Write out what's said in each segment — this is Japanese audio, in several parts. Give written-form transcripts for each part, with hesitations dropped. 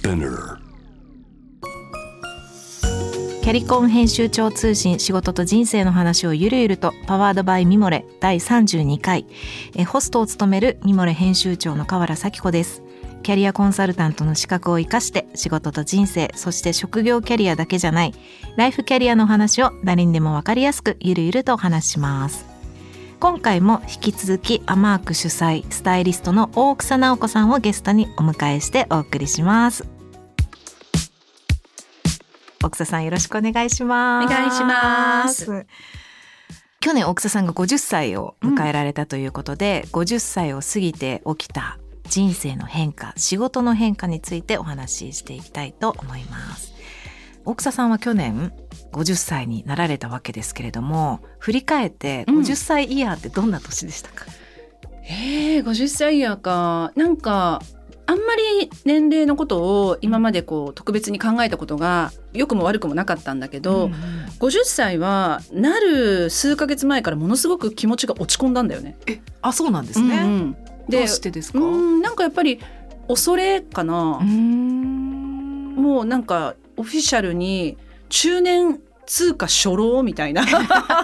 Spinner。 キャリコン編集長通信、仕事と人生の話をゆるゆると、パワードバイミモレ第32回。ホストを務めるミモレ編集長の河原咲子です。キャリアコンサルタントの資格を生かして、仕事と人生、そして職業キャリアだけじゃないライフキャリアの話を誰にでも分かりやすくゆるゆるとお話しします。今回も引き続きアマーク主催スタイリストの大草直子さんをゲストにお迎えしてお送りします。大草さん、よろしくお願いします。 お願いします。 去年大草さんが50歳を迎えられたということで、50歳を過ぎて起きた人生の変化、仕事の変化についてお話ししていきたいと思います。大草さんは去年50歳になられたわけですけれども、振り返って50歳イヤーってどんな年でしたか ？50歳イヤーか。なんかあんまり年齢のことを今まで特別に考えたことが良くも悪くもなかったんだけど、50歳はなる数ヶ月前からものすごく気持ちが落ち込んだんだよね。 そうなんですね。 で、 どうしてですか？ なんかやっぱり恐れかな。もうなんかオフィシャルに中年通貨初老みたいな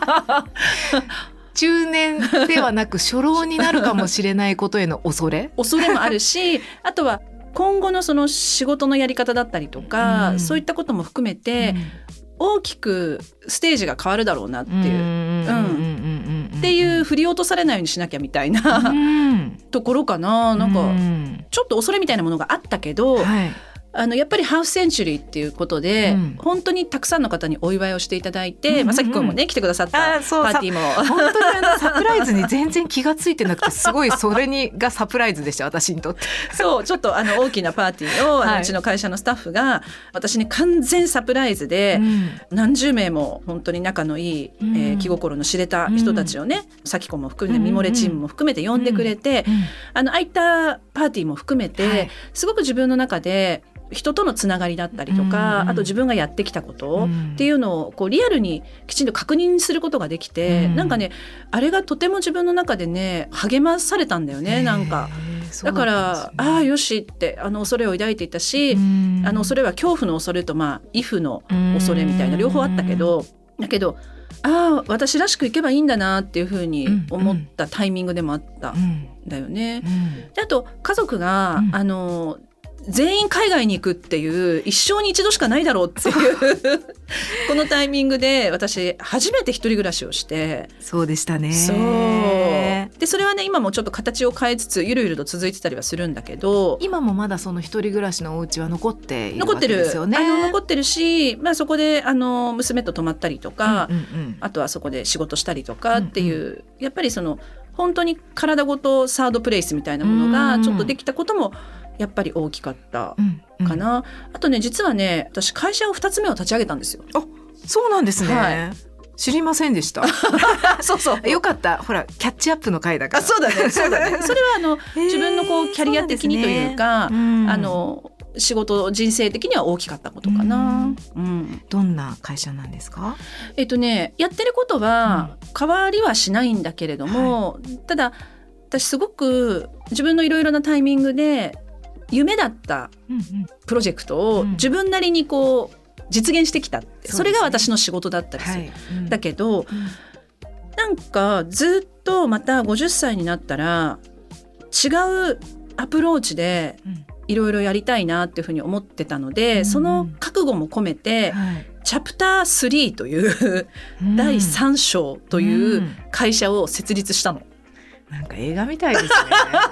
中年ではなく初老になるかもしれないことへの恐れもあるし、あとは今後のその仕事のやり方だったりとか、そういったことも含めて、大きくステージが変わるだろうなっていうっていう振り落とされないようにしなきゃみたいなところかな。なんかちょっと恐れみたいなものがあったけど、やっぱりハーフセンチュリーっていうことで、本当にたくさんの方にお祝いをしていただいて、さきくんもね来てくださったパーティーも本当にサプライズに全然気がついてなくて、すごいそれがサプライズでした、私にとって。 そうちょっと大きなパーティーを、うちの会社のスタッフが私に完全サプライズで、何十名も本当に仲のいい、気心の知れた人たちをね、さきこも含めてミモレチームも含めて呼んでくれて、ああいったパーティーも含めて、すごく自分の中で人とのつながりだったりとか、あと自分がやってきたことっていうのをリアルにきちんと確認することができて、なんかね、あれがとても自分の中でね励まされたんだよね。なんかだからよしって恐れを抱いていたし、恐れは恐怖の恐れと畏怖の恐れみたいな両方あったけど、だけど私らしくいけばいいんだなっていうふうに思ったタイミングでもあったんだよね。であと家族が、全員海外に行くっていう一生に一度しかないだろうっていうこのタイミングで私初めて一人暮らしをして。 そうでしたね。 そうでそれはね今もちょっと形を変えつつゆるゆると続いてたりはするんだけど、 今もまだその一人暮らしのお家は残っているわけですよね。 残ってるし、そこで娘と泊まったりとか、あとはそこで仕事したりとかっていう、やっぱりその本当に体ごとサードプレイスみたいなものがちょっとできたこともやっぱり大きかったかな。あとね、実はね私会社を2つ目を立ち上げたんですよ。 そうなんですね、知りませんでしたそうよかった。ほらキャッチアップの回だから。 そうだねそれは自分のキャリア的にというか、仕事人生的には大きかったことかな。 どんな会社なんですか？ やってることは変わりはしないんだけれども、ただ私すごく自分のいろいろなタイミングで夢だったプロジェクトを自分なりに実現してきたって、それが私の仕事だったりする、だけど、なんかずっとまた50歳になったら違うアプローチでいろいろやりたいなっていうふうに思ってたので、その覚悟も込めて、チャプター3という第3章という会社を設立したの。 なんか映画みたいですね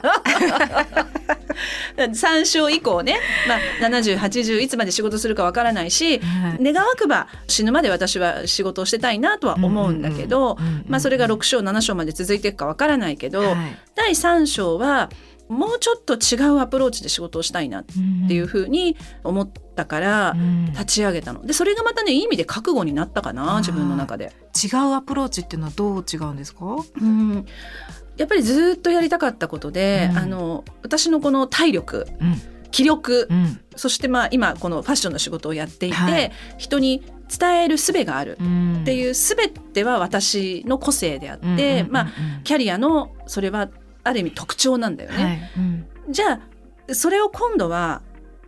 3章以降ね、70、80いつまで仕事するかわからないし、願わくば死ぬまで私は仕事をしてたいなとは思うんだけど、それが6章7章まで続いていくかわからないけど、第3章はもうちょっと違うアプローチで仕事をしたいなっていうふうに思ったから立ち上げたので、それがまたねいい意味で覚悟になったかな。自分の中で違うアプローチっていうのはどう違うんですか？ やっぱりずっとやりたかったことで、私のこの体力、気力、そして今このファッションの仕事をやっていて、人に伝える術があるっていう全ては私の個性であって、キャリアのそれはある意味特徴なんだよね。じゃあそれを今度は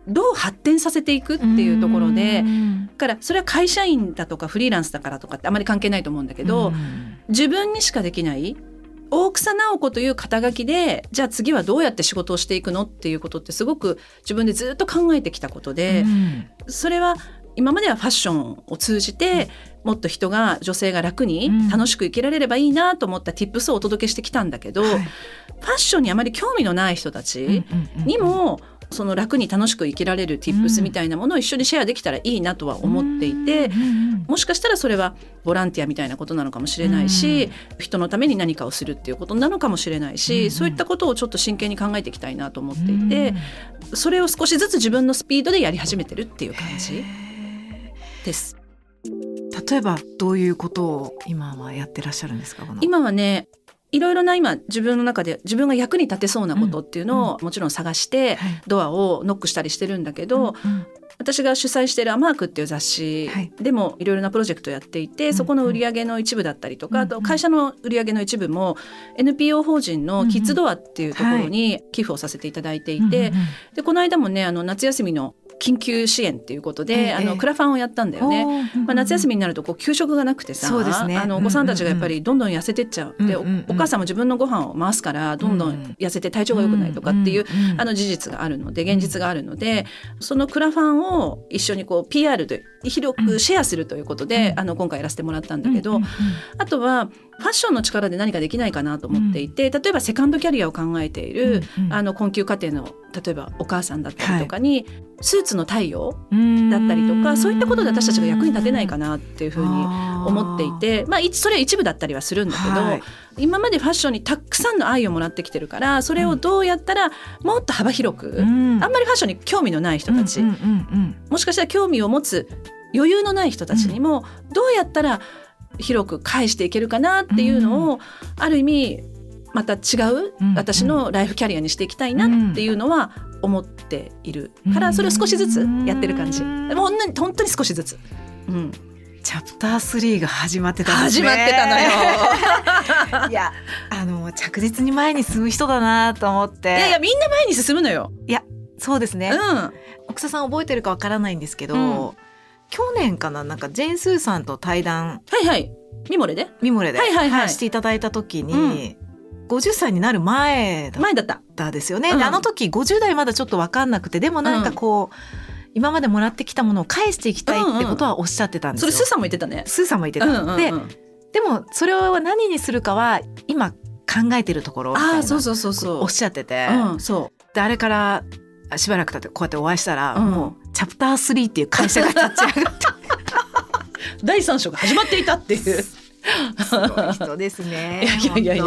どう発展させていくっていうところで、だからそれは会社員だとかフリーランスだからとかってあまり関係ないと思うんだけど、自分にしかできない大草直子という肩書きで、じゃあ次はどうやって仕事をしていくのっていうことってすごく自分でずっと考えてきたことで、それは今まではファッションを通じてもっと女性が楽に楽しく生きられればいいなと思った tips をお届けしてきたんだけど、ファッションにあまり興味のない人たちにもその楽に楽しく生きられる tips みたいなものを一緒にシェアできたらいいなとは思っていて、もしかしたらそれはボランティアみたいなことなのかもしれないし、人のために何かをするっていうことなのかもしれないし、そういったことをちょっと真剣に考えていきたいなと思っていて、それを少しずつ自分のスピードでやり始めてるっていう感じです。 例えばどういうことを今はやってらっしゃるんですか？ 今はね、いろいろな今自分の中で自分が役に立てそうなことっていうのをもちろん探してドアをノックしたりしてるんだけど、私が主催しているアマークっていう雑誌でもいろいろなプロジェクトをやっていて、そこの売り上げの一部だったりとか、あと会社の売り上げの一部も NPO 法人のキッズドアっていうところに寄付をさせていただいていて、でこの間もね、夏休みの緊急支援っていうことで、クラファンをやったんだよね。夏休みになると給食がなくてさ、お子さんたちがやっぱりどんどん痩せてっちゃう。で、お母さんも自分のご飯を回すからどんどん痩せて体調が良くないとかっていう事実があるので、現実があるので、そのクラファンを一緒にPR で広くシェアするということで、今回やらせてもらったんだけど、あとはファッションの力で何かできないかなと思っていて、例えばセカンドキャリアを考えている、困窮家庭の例えばお母さんだったりとかに、スーツの対応だったりとか、そういったことで私たちが役に立てないかなっていうふうに思っていて、それは一部だったりはするんだけど、今までファッションにたくさんの愛をもらってきてるから、それをどうやったらもっと幅広く、あんまりファッションに興味のない人たち、もしかしたら興味を持つ余裕のない人たちにもどうやったら広く返していけるかなっていうのを、ある意味また違う私のライフキャリアにしていきたいなっていうのは思っているから、それを少しずつやってる感じ。もう本当に少しずつ、 チャプター3が始まってたんですね。 始まってたのよ。 いや、着実に前に進む人だなと思って。 いやみんな前に進むのよ。 いや、そうですね。奥さん覚えてるかわからないんですけど、去年かな、なんかジェーン・スーさんと対談、ミモレでしていただいた時に、50歳になる前だったですよね。で、あの時50代まだちょっと分かんなくて、でもなんか今までもらってきたものを返していきたいってことはおっしゃってたんですよ。 それスーさんも言ってたね。 スーさんも言ってた。でもそれは何にするかは今考えてるところみたいなおっしゃってて、であれからしばらく経ってこうやってお会いしたら、もうチャプター3っていう会社が立ち上がって第3章が始まっていたっていう。 すごい人ですね。 いや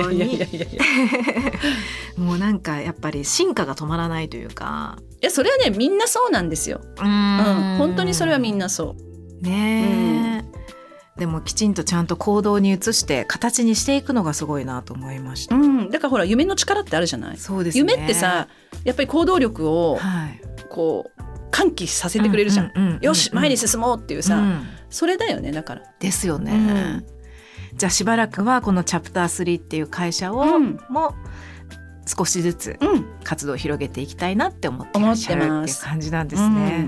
もうなんかやっぱり進化が止まらないというか。 いや、それはね、みんなそうなんですよ。本当にそれはみんなそうね。でもきちんとちゃんと行動に移して形にしていくのがすごいなと思いました。 だからほら、夢の力ってあるじゃない。 そうですね。 夢ってさ、やっぱり行動力を喚起させてくれるじゃん。よし、前に進もうっていうさ、それだよね。だからですよね。じゃあしばらくはこのチャプター3っていう会社をも少しずつ活動を広げていきたいなって思ってらっしゃるっていう感じなんですね。なるほ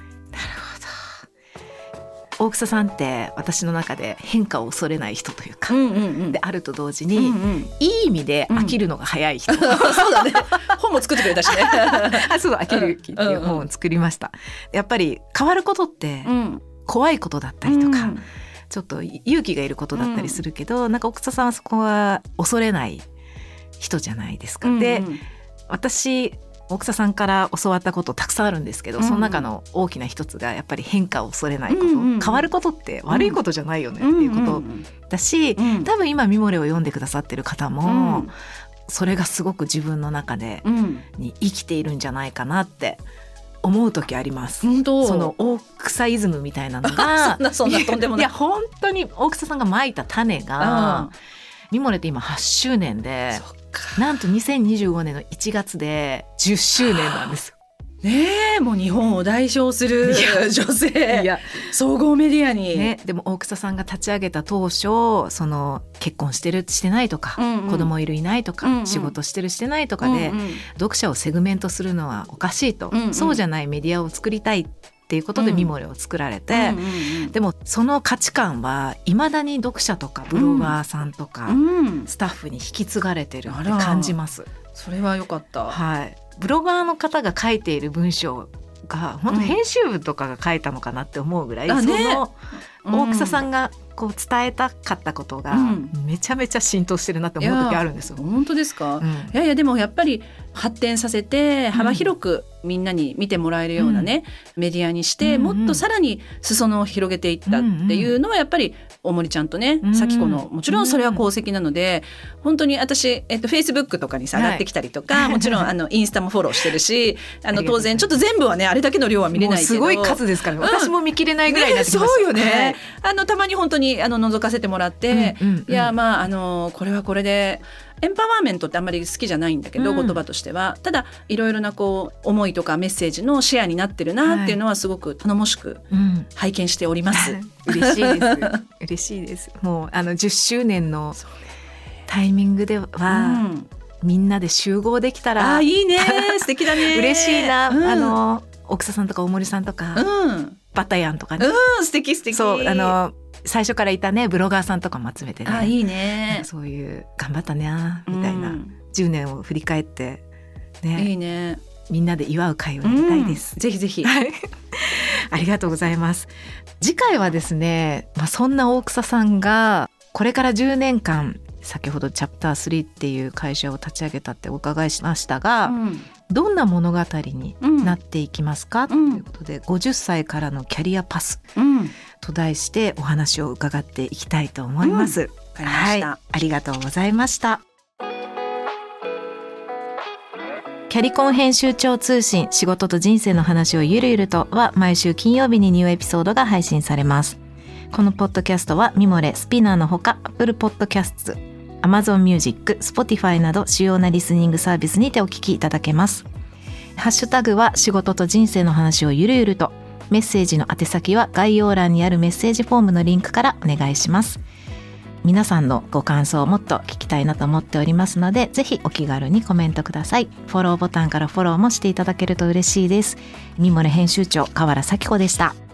ど。大草さんって私の中で変化を恐れない人というか、であると同時に、いい意味で飽きるのが早い人。 そうだね。本も作ってくれたしね。 そう、飽きる気っていう本を作りました。やっぱり変わることって怖いことだったりとか、ちょっと勇気がいることだったりするけど、なんか奥田さんはそこは恐れない人じゃないですか。で、私奥田さんから教わったことたくさんあるんですけど、その中の大きな一つがやっぱり変化を恐れないこと、変わることって悪いことじゃないよねっていうことだし、多分今ミモレを読んでくださってる方も、それがすごく自分の中でに生きているんじゃないかなって思う時あります。その大草イズムみたいなのがそんなとんでもない。 いや本当に大草さんがまいた種が、ミモレって今8周年で、なんと2025年の1月で10周年なんですよ。 ねえ、もう日本を代表する女性、総合メディアに、 ね、でも大草さんが立ち上げた当初、その結婚してるしてないとか、子供いるいないとか、仕事してるしてないとかで、読者をセグメントするのはおかしいと、そうじゃないメディアを作りたいっていうことでミモレを作られて、でもその価値観は未だに読者とかブロガーさんとか、スタッフに引き継がれてるって感じます。 それは良かった。 はい、ブロガーの方が書いている文章が本当編集部とかが書いたのかなって思うぐらい、その大草さんがこう伝えたかったことがめちゃめちゃ浸透してるなって思う時あるんですよ。 本当ですか？いやいや、でもやっぱり発展させて幅広くみんなに見てもらえるようなね、メディアにして、もっとさらに裾野を広げていったっていうのはやっぱり大森ちゃんとね、咲子のもちろんそれは功績なので、本当に私、Facebook とかに上がってきたりとか、もちろんインスタもフォローしてるし、当然ちょっと全部はねあれだけの量は見れないけど、 すごい数ですから、ね、私も見切れないぐらいになってきました。 そうよね、たまに本当に覗かせてもらって、いやまあこれはこれでエンパワーメントってあんまり好きじゃないんだけど、言葉としては。ただいろいろなこう思いとかメッセージのシェアになってるなっていうのはすごく頼もしく拝見しております、 嬉しいです嬉しいです。もう10周年のタイミングでは、みんなで集合できたら、 いいね、素敵だね嬉しいな、奥草さんとか大森さんとか、バタヤンとかね、 素敵素敵。 そう最初からいたねブロガーさんとかも集めてね、 いいね、 そういう頑張ったねみたいな、10年を振り返ってね、 いいね、 みんなで祝う会をやりたいです、 ぜひぜひありがとうございます。次回はですね、そんな大草さんがこれから10年間、先ほどチャプター3っていう会社を立ち上げたってお伺いしましたが、どんな物語になっていきますか、ということで、50歳からのキャリアパスと題してお話を伺っていきたいと思います。 わかりました。 ありがとうございました。キャリコン編集長通信、仕事と人生の話をゆるゆるとは毎週金曜日にニューエピソードが配信されます。このポッドキャストはミモレ、スピナーのほか Apple Podcasts、Amazon Music、Spotify など主要なリスニングサービスにてお聞きいただけます。ハッシュタグは仕事と人生の話をゆるゆると、メッセージの宛先は概要欄にあるメッセージフォームのリンクからお願いします。皆さんのご感想をもっと聞きたいなと思っておりますので、ぜひお気軽にコメントください。フォローボタンからフォローもしていただけると嬉しいです。ミモレ編集長河原咲子でした。